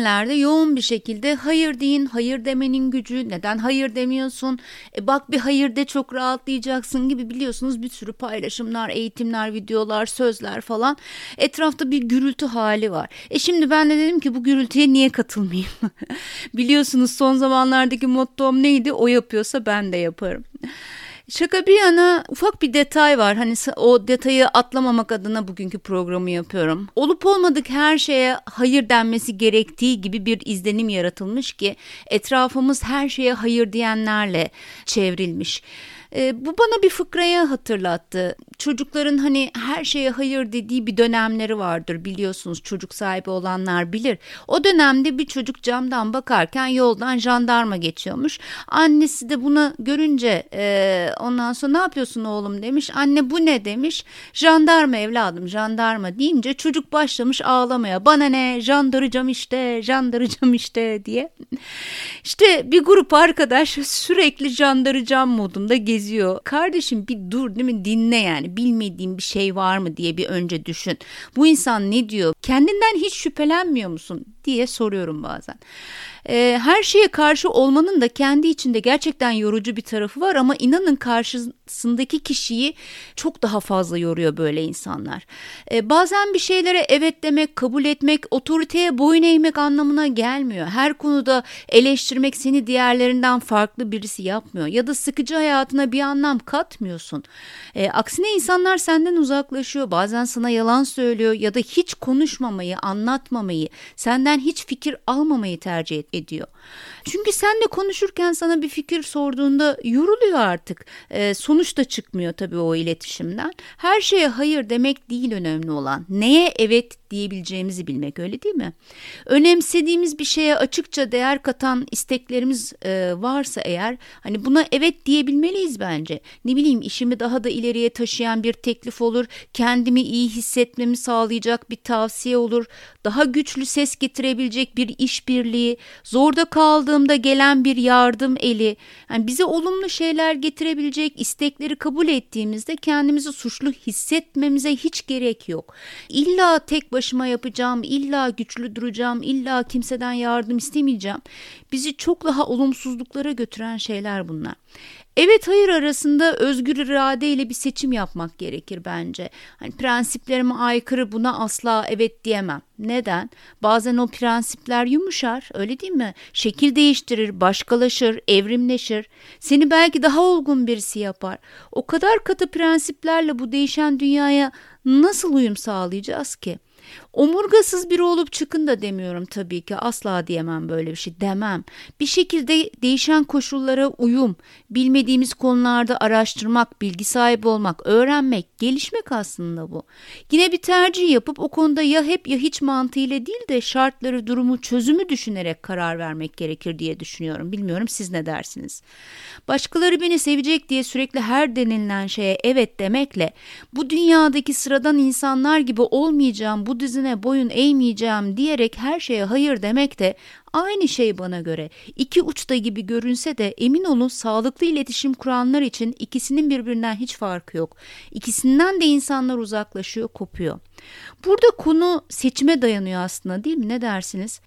dönemlerde yoğun bir şekilde hayır deyin, hayır demenin gücü, neden hayır demiyorsun, bak bir hayır de çok rahatlayacaksın gibi biliyorsunuz bir sürü paylaşımlar, eğitimler, videolar, sözler falan. Etrafta bir gürültü hali var. Şimdi ben de dedim ki bu gürültüye niye katılmayayım? Biliyorsunuz son zamanlardaki mottom neydi? O yapıyorsa ben de yaparım. Şaka bir yana ufak bir detay var. Hani o detayı atlamamak adına bugünkü programı yapıyorum. Olup olmadık her şeye hayır denmesi gerektiği gibi bir izlenim yaratılmış ki etrafımız her şeye hayır diyenlerle çevrilmiş. Bu bana bir fıkrayı hatırlattı. Çocukların hani her şeye hayır dediği bir dönemleri vardır biliyorsunuz, çocuk sahibi olanlar bilir. O dönemde bir çocuk camdan bakarken yoldan jandarma geçiyormuş. Annesi de bunu görünce ondan sonra ne yapıyorsun oğlum demiş. Anne bu ne demiş. Jandarma evladım, jandarma deyince çocuk başlamış ağlamaya. Bana ne, jandaracağım işte, jandaracağım işte diye. İşte bir grup arkadaş sürekli jandaracağım modunda geziyor. Kardeşim bir dur, değil mi, dinle yani, bilmediğin bir şey var mı diye bir önce düşün. Bu insan ne diyor? Kendinden hiç şüphelenmiyor musun diye soruyorum bazen. Her şeye karşı olmanın da kendi içinde gerçekten yorucu bir tarafı var ama inanın karşısındaki kişiyi çok daha fazla yoruyor böyle insanlar. Bazen bir şeylere evet demek, kabul etmek, otoriteye boyun eğmek anlamına gelmiyor. Her konuda eleştirmek seni diğerlerinden farklı birisi yapmıyor ya da sıkıcı hayatına bir anlam katmıyorsun. Aksine insanlar senden uzaklaşıyor, bazen sana yalan söylüyor ya da hiç konuşmamayı, anlatmamayı, senden hiç fikir almamayı tercih ediyor. Çünkü senle konuşurken sana bir fikir sorduğunda yoruluyor artık. Sonuç da çıkmıyor tabii o iletişimden. Her şeye hayır demek değil önemli olan. Neye evet diyebileceğimizi bilmek, öyle değil mi? Önemsediğimiz bir şeye açıkça değer katan isteklerimiz varsa eğer, hani buna evet diyebilmeliyiz bence. Ne bileyim, işimi daha da ileriye taşıyan bir teklif olur, kendimi iyi hissetmemi sağlayacak bir tavsiye olur, daha güçlü ses getirebilecek bir işbirliği, zorda kaldığımda gelen bir yardım eli, yani bize olumlu şeyler getirebilecek istekleri kabul ettiğimizde kendimizi suçlu hissetmemize hiç gerek yok. İlla tek başıma yapacağım, illa güçlü duracağım, illa kimseden yardım istemeyeceğim. Bizi çok daha olumsuzluklara götüren şeyler bunlar. Evet hayır arasında özgür iradeyle bir seçim yapmak gerekir bence. Hani prensiplerime aykırı, buna asla evet diyemem. Neden? Bazen o prensipler yumuşar, öyle değil mi? Şekil değiştirir, başkalaşır, evrimleşir. Seni belki daha olgun birisi yapar. O kadar katı prensiplerle bu değişen dünyaya nasıl uyum sağlayacağız ki? Omurgasız biri olup çıkın da demiyorum tabii ki, asla diyemem, böyle bir şey demem. Bir şekilde değişen koşullara uyum, bilmediğimiz konularda araştırmak, bilgi sahibi olmak, öğrenmek, gelişmek aslında bu. Yine bir tercih yapıp o konuda ya hep ya hiç mantığıyla değil de şartları, durumu, çözümü düşünerek karar vermek gerekir diye düşünüyorum. Bilmiyorum, siz ne dersiniz? Başkaları beni sevecek diye sürekli her denilen şeye evet demekle bu dünyadaki sıradan insanlar gibi olmayacağım, bu düzene boyun eğmeyeceğim diyerek her şeye hayır demek de aynı şey bana göre. İki uçta gibi görünse de emin olun sağlıklı iletişim kuranlar için ikisinin birbirinden hiç farkı yok. İkisinden de insanlar uzaklaşıyor, kopuyor. Burada konu seçime dayanıyor aslında, değil mi? Ne dersiniz?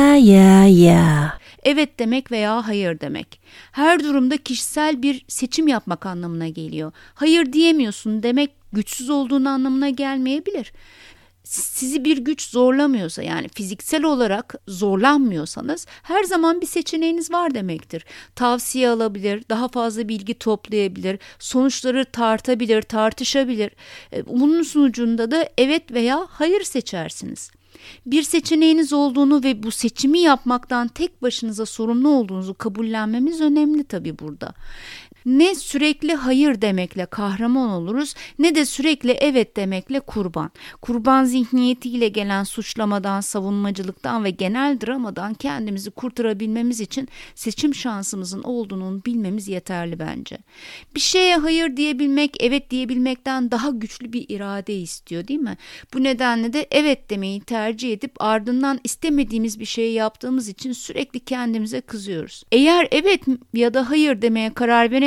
Ya. Evet demek veya hayır demek. Her durumda kişisel bir seçim yapmak anlamına geliyor. Hayır diyemiyorsun demek güçsüz olduğun anlamına gelmeyebilir. Sizi bir güç zorlamıyorsa, yani fiziksel olarak zorlanmıyorsanız her zaman bir seçeneğiniz var demektir. Tavsiye alabilir, daha fazla bilgi toplayabilir, sonuçları tartabilir, tartışabilir. Bunun sonucunda da evet veya hayır seçersiniz. Bir seçeneğiniz olduğunu ve bu seçimi yapmaktan tek başınıza sorumlu olduğunuzu kabullenmemiz önemli tabii burada. Ne sürekli hayır demekle kahraman oluruz ne de sürekli evet demekle kurban. Kurban zihniyetiyle gelen suçlamadan, savunmacılıktan ve genel dramadan kendimizi kurtarabilmemiz için seçim şansımızın olduğunu bilmemiz yeterli bence. Bir şeye hayır diyebilmek, evet diyebilmekten daha güçlü bir irade istiyor, değil mi? Bu nedenle de evet demeyi tercih edip ardından istemediğimiz bir şeyi yaptığımız için sürekli kendimize kızıyoruz. Eğer evet ya da hayır demeye karar veremiyorsak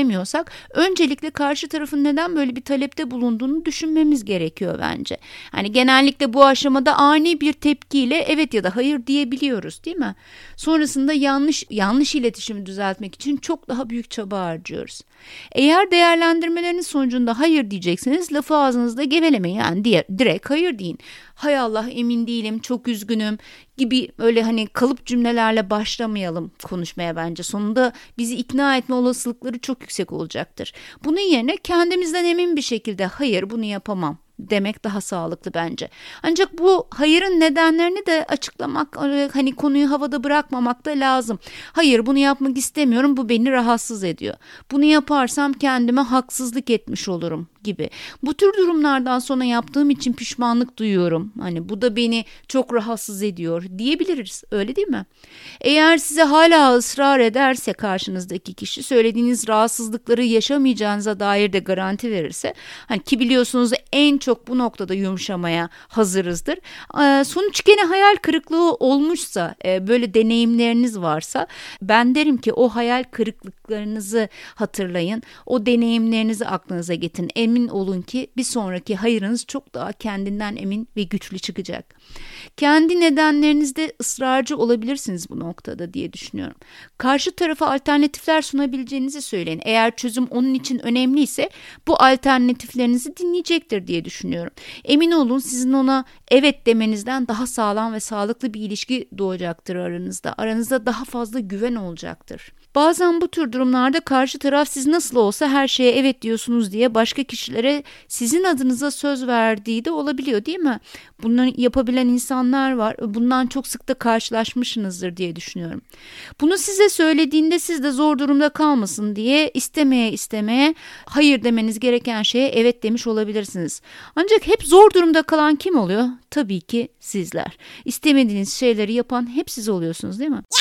vermiyorsak öncelikle karşı tarafın neden böyle bir talepte bulunduğunu düşünmemiz gerekiyor bence. Hani genellikle bu aşamada ani bir tepkiyle evet ya da hayır diyebiliyoruz, değil mi? Sonrasında yanlış iletişimi düzeltmek için çok daha büyük çaba harcıyoruz. Eğer değerlendirmelerinin sonucunda hayır diyecekseniz lafı ağzınızda gevelemeyin. Yani direkt hayır deyin. Hay Allah, emin değilim, çok üzgünüm gibi öyle hani kalıp cümlelerle başlamayalım konuşmaya bence. Sonunda bizi ikna etme olasılıkları çok yüksek olacaktır. Bunun yerine kendimizden emin bir şekilde hayır, bunu yapamam demek daha sağlıklı bence. Ancak bu hayırın nedenlerini de açıklamak, hani konuyu havada bırakmamak da lazım. Hayır, bunu yapmak istemiyorum, bu beni rahatsız ediyor. Bunu yaparsam kendime haksızlık etmiş olurum gibi. Bu tür durumlardan sonra yaptığım için pişmanlık duyuyorum. Hani bu da beni çok rahatsız ediyor diyebiliriz. Öyle değil mi? Eğer size hala ısrar ederse karşınızdaki kişi, söylediğiniz rahatsızlıkları yaşamayacağınıza dair de garanti verirse, hani ki biliyorsunuz en çok bu noktada yumuşamaya hazırızdır. Sonuç gene hayal kırıklığı olmuşsa, böyle deneyimleriniz varsa, ben derim ki o hayal kırıklıklarınızı hatırlayın. O deneyimlerinizi aklınıza getirin. Emin olun ki bir sonraki hayırınız çok daha kendinden emin ve güçlü çıkacak. Kendi nedenlerinizde ısrarcı olabilirsiniz bu noktada diye düşünüyorum. Karşı tarafa alternatifler sunabileceğinizi söyleyin. Eğer çözüm onun için önemliyse bu alternatiflerinizi dinleyecektir diye düşünüyorum. Emin olun sizin ona evet demenizden daha sağlam ve sağlıklı bir ilişki doğacaktır aranızda. Aranızda daha fazla güven olacaktır. Bazen bu tür durumlarda karşı taraf siz nasıl olsa her şeye evet diyorsunuz diye başka kişilere sizin adınıza söz verdiği de olabiliyor, değil mi? Bunları yapabilen insanlar var. Bundan çok sık da karşılaşmışsınızdır diye düşünüyorum. Bunu size söylediğinde siz de zor durumda kalmasın diye istemeye hayır demeniz gereken şeye evet demiş olabilirsiniz. Ancak hep zor durumda kalan kim oluyor? Tabii ki sizler. İstemediğiniz şeyleri yapan hep siz oluyorsunuz, değil mi?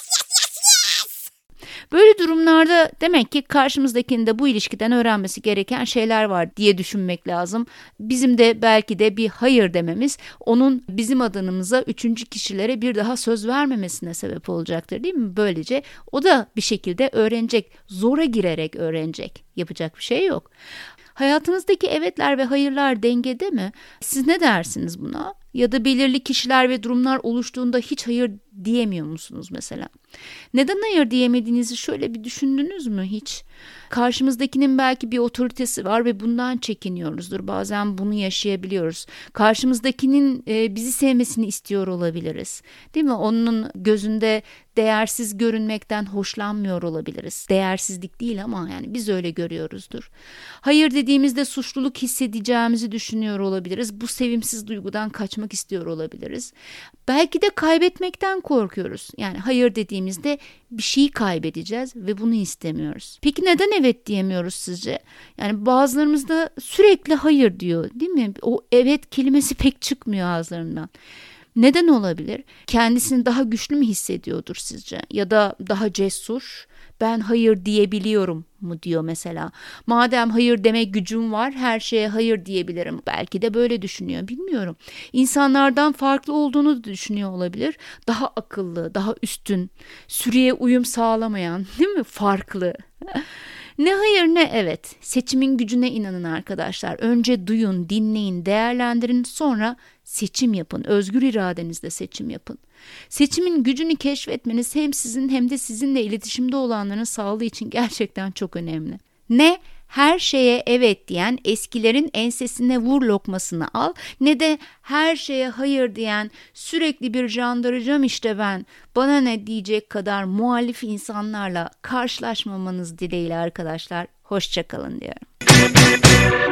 Böyle durumlarda demek ki karşımızdakinin de bu ilişkiden öğrenmesi gereken şeyler var diye düşünmek lazım. Bizim de belki de bir hayır dememiz onun bizim adımıza üçüncü kişilere bir daha söz vermemesine sebep olacaktır, değil mi? Böylece o da bir şekilde öğrenecek, zora girerek öğrenecek. Yapacak bir şey yok. Hayatınızdaki evetler ve hayırlar dengede mi? Siz ne dersiniz buna? Ya da belirli kişiler ve durumlar oluştuğunda hiç hayır diyemiyor musunuz mesela? Neden hayır diyemediğinizi şöyle bir düşündünüz mü hiç? Karşımızdakinin belki bir otoritesi var ve bundan çekiniyoruzdur. Bazen bunu yaşayabiliyoruz. Karşımızdakinin bizi sevmesini istiyor olabiliriz. Değil mi? Onun gözünde değersiz görünmekten hoşlanmıyor olabiliriz. Değersizlik değil ama yani biz öyle görüyoruzdur. Hayır dediğimizde suçluluk hissedeceğimizi düşünüyor olabiliriz. Bu sevimsiz duygudan kaçmak istiyor olabiliriz. Belki de kaybetmekten korkuyoruz. Yani hayır dediğimizde bir şeyi kaybedeceğiz ve bunu istemiyoruz. Peki neden evet diyemiyoruz sizce? Yani bazılarımız da sürekli hayır diyor, değil mi? O evet kelimesi pek çıkmıyor ağızlarından. Neden olabilir? Kendisini daha güçlü mü hissediyordur sizce? Ya da daha cesur? Ben hayır diyebiliyorum mu diyor mesela. Madem hayır deme gücüm var, her şeye hayır diyebilirim. Belki de böyle düşünüyor, bilmiyorum. İnsanlardan farklı olduğunu düşünüyor olabilir. Daha akıllı, daha üstün, sürüye uyum sağlamayan, değil mi? Farklı. Ne hayır ne evet. Seçimin gücüne inanın arkadaşlar. Önce duyun, dinleyin, değerlendirin, sonra seçim yapın. Özgür iradenizle seçim yapın. Seçimin gücünü keşfetmeniz hem sizin hem de sizinle iletişimde olanların sağlığı için gerçekten çok önemli. Ne her şeye evet diyen eskilerin ensesine vur lokmasını al, ne de her şeye hayır diyen sürekli bir jandıracağım işte ben, bana ne diyecek kadar muhalif insanlarla karşılaşmamanız dileğiyle arkadaşlar. Hoşça kalın diyorum.